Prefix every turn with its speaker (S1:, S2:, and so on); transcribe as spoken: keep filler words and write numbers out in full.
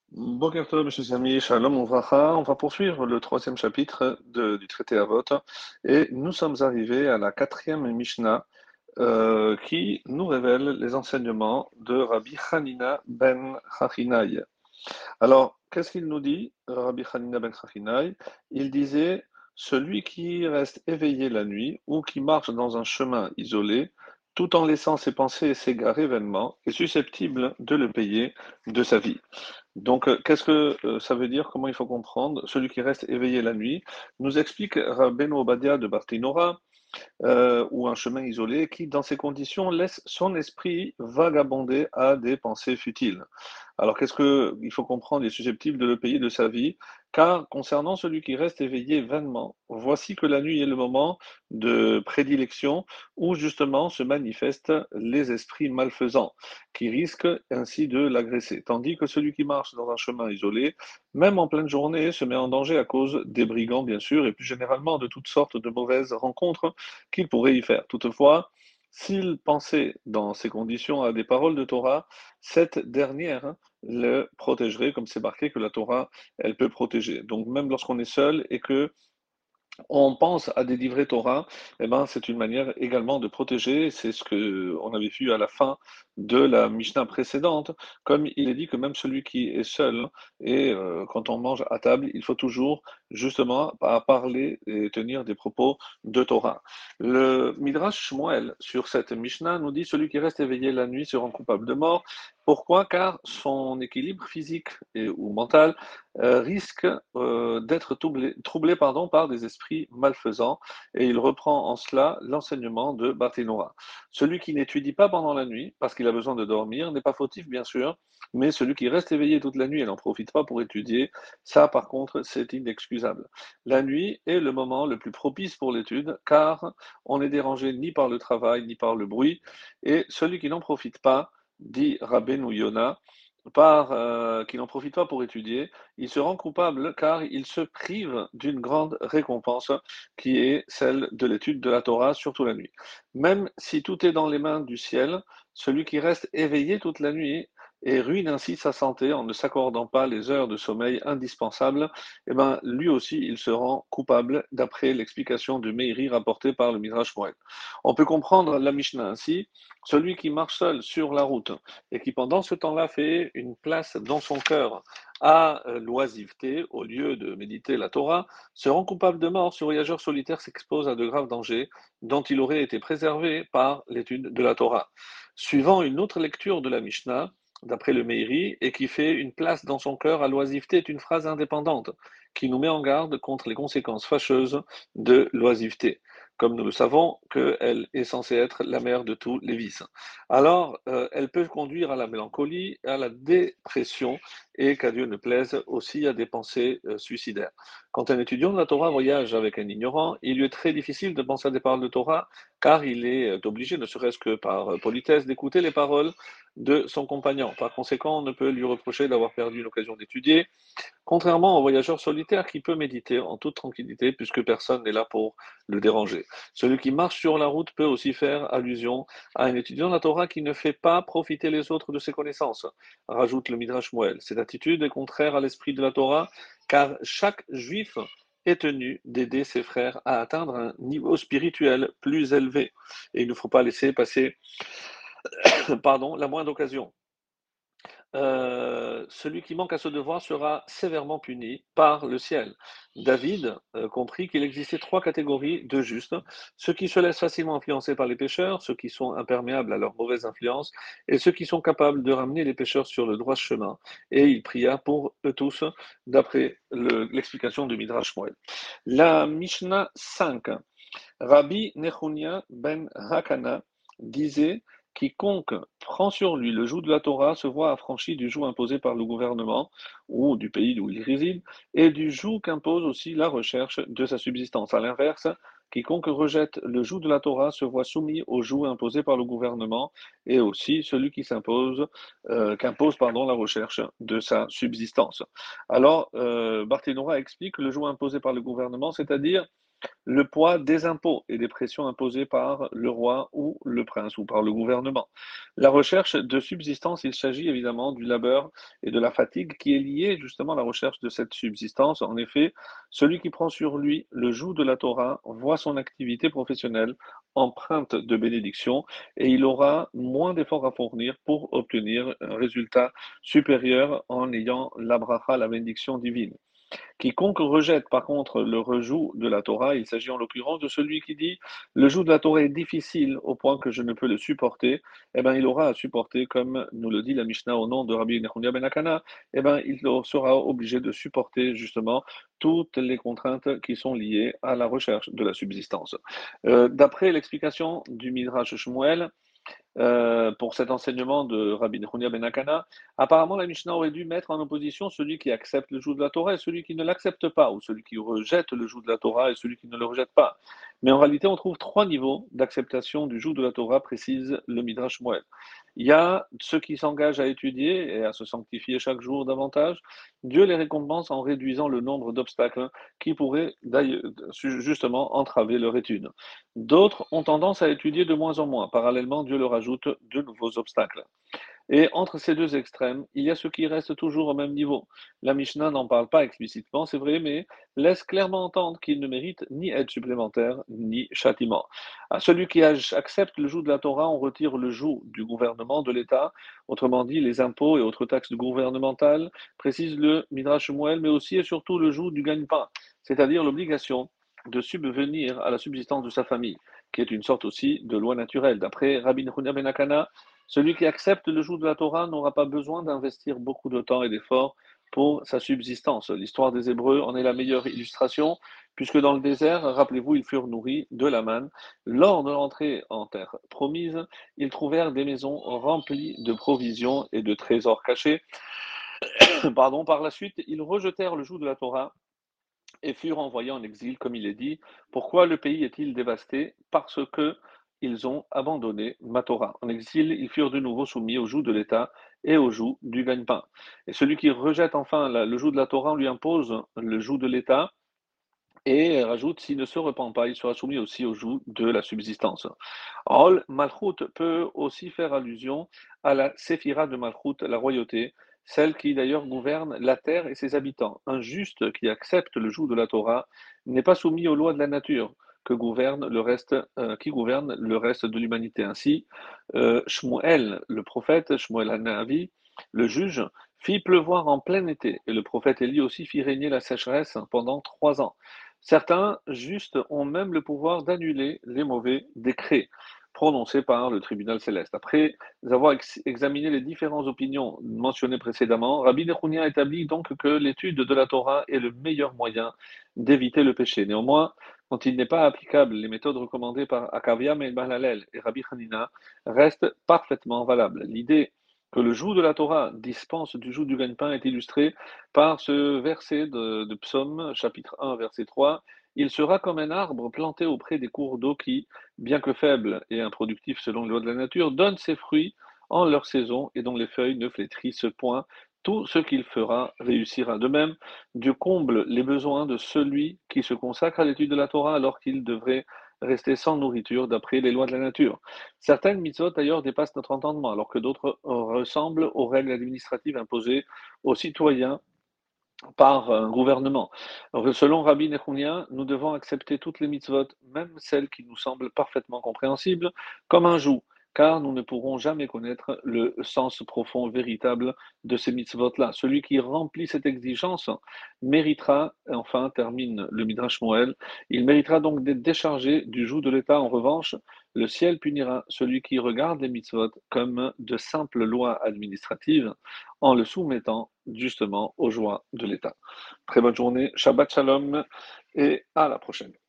S1: Boker Tov, mes amis, Shalom Uvracha. On va poursuivre le troisième chapitre de- du traité Avot et nous sommes arrivés à la quatrième Mishnah euh, qui nous révèle les enseignements de Rabbi Hanina ben Chachinai. Alors, qu'est-ce qu'il nous dit, Rabbi Hanina ben Chachinai? Il disait, celui qui reste éveillé la nuit ou qui marche dans un chemin isolé, tout en laissant ses pensées s'égarer vainement, est susceptible de le payer de sa vie. Donc, euh, qu'est-ce que euh, ça veut dire? Comment il faut comprendre? Celui qui reste éveillé la nuit nous explique Rabbeinu Obadia de Bartinora, euh, ou un chemin isolé qui, dans ces conditions, laisse son esprit vagabonder à des pensées futiles. Alors, qu'est-ce qu'il faut comprendre? Il est susceptible de le payer de sa vie, car concernant celui qui reste éveillé vainement, voici que la nuit est le moment de prédilection où justement se manifestent les esprits malfaisants, qui risquent ainsi de l'agresser. Tandis que celui qui marche dans un chemin isolé, même en pleine journée, se met en danger à cause des brigands, bien sûr, et plus généralement de toutes sortes de mauvaises rencontres qu'il pourrait y faire. Toutefois, s'il pensait dans ces conditions à des paroles de Torah, cette dernière le protégerait, comme c'est marqué que la Torah, elle peut protéger. Donc même lorsqu'on est seul et que on pense à des livrets Torah, eh ben, c'est une manière également de protéger. C'est ce que on avait vu à la fin de la Mishnah précédente, comme il est dit que même celui qui est seul, et euh, quand on mange à table, il faut toujours justement pas parler et tenir des propos de Torah. Le Midrash Shmuel sur cette Mishnah nous dit celui qui reste éveillé la nuit se rend coupable de mort. Pourquoi? Car son équilibre physique et, ou mental euh, risque euh, d'être troublé, troublé pardon, par des esprits malfaisants, et il reprend en cela l'enseignement de Barthénora. Celui qui n'étudie pas pendant la nuit, parce qu'il a besoin de dormir, n'est pas fautif, bien sûr, mais celui qui reste éveillé toute la nuit et n'en profite pas pour étudier, ça, par contre, c'est inexcusable. La nuit est le moment le plus propice pour l'étude, car on n'est dérangé ni par le travail, ni par le bruit, et celui qui n'en profite pas, dit Rabbeinu Yona, par euh, qui n'en profite pas pour étudier, il se rend coupable car il se prive d'une grande récompense qui est celle de l'étude de la Torah, surtout la nuit. Même si tout est dans les mains du ciel, celui qui reste éveillé toute la nuit et ruine ainsi sa santé en ne s'accordant pas les heures de sommeil indispensables, eh ben, lui aussi il se rend coupable d'après l'explication de Meiri rapportée par le Midrash Moed. On peut comprendre la Mishnah ainsi, celui qui marche seul sur la route et qui pendant ce temps-là fait une place dans son cœur à euh, l'oisiveté au lieu de méditer la Torah, se rend coupable de mort. Ce voyageur solitaire s'expose à de graves dangers dont il aurait été préservé par l'étude de la Torah. Suivant une autre lecture de la Mishnah, d'après le Meiri, et qui fait une place dans son cœur à l'oisiveté est une phrase indépendante qui nous met en garde contre les conséquences fâcheuses de l'oisiveté, comme nous le savons qu'elle est censée être la mère de tous les vices. Alors, euh, elle peut conduire à la mélancolie, à la dépression et, qu'à Dieu ne plaise, aussi à des pensées euh, suicidaires. Quand un étudiant de la Torah voyage avec un ignorant, il lui est très difficile de penser à des paroles de Torah car il est euh, obligé, ne serait-ce que par euh, politesse, d'écouter les paroles de son compagnon. Par conséquent, on ne peut lui reprocher d'avoir perdu une occasion d'étudier, contrairement au voyageur solitaire qui peut méditer en toute tranquillité puisque personne n'est là pour le déranger. Celui qui marche sur la route peut aussi faire allusion à un étudiant de la Torah qui ne fait pas profiter les autres de ses connaissances, rajoute le Midrash Moël. Cette attitude est contraire à l'esprit de la Torah car chaque juif est tenu d'aider ses frères à atteindre un niveau spirituel plus élevé. Et il ne faut pas laisser passer pardon, la moindre occasion. Euh, celui qui manque à ce devoir sera sévèrement puni par le ciel. David euh, comprit qu'il existait trois catégories de justes, ceux qui se laissent facilement influencer par les pécheurs, ceux qui sont imperméables à leur mauvaise influence, et ceux qui sont capables de ramener les pécheurs sur le droit chemin. Et il pria pour eux tous, d'après le- l'explication de Midrash Moël. La Mishnah cinq, Rabbi Nechunia ben Hakana disait: quiconque prend sur lui le joug de la Torah se voit affranchi du joug imposé par le gouvernement ou du pays où il réside, et du joug qu'impose aussi la recherche de sa subsistance. À l'inverse, quiconque rejette le joug de la Torah se voit soumis au joug imposé par le gouvernement, et aussi celui qui s'impose, euh, qu'impose pardon, la recherche de sa subsistance. Alors, euh, Barthénora explique le joug imposé par le gouvernement, c'est-à-dire le poids des impôts et des pressions imposées par le roi ou le prince ou par le gouvernement. La recherche de subsistance, il s'agit évidemment du labeur et de la fatigue qui est liée justement à la recherche de cette subsistance. En effet, celui qui prend sur lui le joug de la Torah voit son activité professionnelle empreinte de bénédiction et il aura moins d'efforts à fournir pour obtenir un résultat supérieur en ayant la bracha, la bénédiction divine. Quiconque rejette par contre le rejoug de la Torah, il s'agit en l'occurrence de celui qui dit le joug de la Torah est difficile au point que je ne peux le supporter, eh bien il aura à supporter, comme nous le dit la Mishnah au nom de Rabbi Nechounia ben Akana, eh bien il sera obligé de supporter justement toutes les contraintes qui sont liées à la recherche de la subsistance. Euh, d'après l'explication du Midrash Shmuel, euh, pour cet enseignement de Rabbi Nechounia ben Akana, apparemment la Mishnah aurait dû mettre en opposition celui qui accepte le joug de la Torah et celui qui ne l'accepte pas, ou celui qui rejette le joug de la Torah et celui qui ne le rejette pas. Mais en réalité, on trouve trois niveaux d'acceptation du joug de la Torah, précise le Midrash Moed. Il y a ceux qui s'engagent à étudier et à se sanctifier chaque jour davantage. Dieu les récompense en réduisant le nombre d'obstacles qui pourraient d'ailleurs justement entraver leur étude. D'autres ont tendance à étudier de moins en moins. Parallèlement, Dieu leur ajoute de nouveaux obstacles. Et entre ces deux extrêmes, il y a ceux qui restent toujours au même niveau. La Mishnah n'en parle pas explicitement, c'est vrai, mais laisse clairement entendre qu'ils ne méritent ni aide supplémentaire, ni châtiment. À celui qui accepte le joug de la Torah, on retire le joug du gouvernement, de l'État, autrement dit les impôts et autres taxes gouvernementales, précise le Midrash Shmuel, mais aussi et surtout le joug du gagne-pain, c'est-à-dire l'obligation de subvenir à la subsistance de sa famille, qui est une sorte aussi de loi naturelle. D'après Rabbi Nechounia ben Akana, celui qui accepte le joug de la Torah n'aura pas besoin d'investir beaucoup de temps et d'efforts pour sa subsistance. L'histoire des Hébreux en est la meilleure illustration, puisque dans le désert, rappelez-vous, ils furent nourris de la manne. Lors de l'entrée en terre promise, ils trouvèrent des maisons remplies de provisions et de trésors cachés. Pardon. Par la suite, ils rejetèrent le joug de la Torah et furent envoyés en exil, comme il est dit. Pourquoi le pays est-il dévasté? Parce que ils ont abandonné ma Torah. En exil, ils furent de nouveau soumis au joug de l'État et au joug du gagne-pain. Et celui qui rejette enfin la, le joug de la Torah, on lui impose le joug de l'État et rajoute, s'il ne se repent pas, il sera soumis aussi au joug de la subsistance. Ol Malchut peut aussi faire allusion à la séphira de Malchut, la royauté, celle qui d'ailleurs gouverne la terre et ses habitants. Un juste qui accepte le joug de la Torah n'est pas soumis aux lois de la nature que gouverne le reste, euh, qui gouverne le reste de l'humanité. Ainsi, euh, Shmuel, le prophète, Shmuel Hanavi, le juge, fit pleuvoir en plein été, et le prophète Élie aussi fit régner la sécheresse pendant trois ans. Certains justes ont même le pouvoir d'annuler les mauvais décrets prononcés par le tribunal céleste. Après avoir ex- examiné les différentes opinions mentionnées précédemment, Rabbi Nechounia établit donc que l'étude de la Torah est le meilleur moyen d'éviter le péché. Néanmoins, quand il n'est pas applicable, les méthodes recommandées par Akaviam et Mahalalel et Rabbi Hanina restent parfaitement valables. L'idée que le joug de la Torah dispense du joug du gagne-pain est illustrée par ce verset de, de Psaume, chapitre un, verset trois. Il sera comme un arbre planté auprès des cours d'eau qui, bien que faible et improductif selon les lois de la nature, donne ses fruits en leur saison et dont les feuilles ne flétrissent point. Tout ce qu'il fera réussira. De même, Dieu comble les besoins de celui qui se consacre à l'étude de la Torah alors qu'il devrait rester sans nourriture d'après les lois de la nature. Certaines mitzvot d'ailleurs dépassent notre entendement, alors que d'autres ressemblent aux règles administratives imposées aux citoyens par un gouvernement. Alors, selon Rabbi Nechounia, nous devons accepter toutes les mitzvot, même celles qui nous semblent parfaitement compréhensibles, comme un joug, car nous ne pourrons jamais connaître le sens profond, véritable de ces mitzvot-là. Celui qui remplit cette exigence méritera, enfin, termine le Midrash Moël, il méritera donc d'être déchargé du joug de l'État. En revanche, le ciel punira celui qui regarde les mitzvot comme de simples lois administratives en le soumettant justement aux joies de l'État. Très bonne journée, Shabbat Shalom et à la prochaine.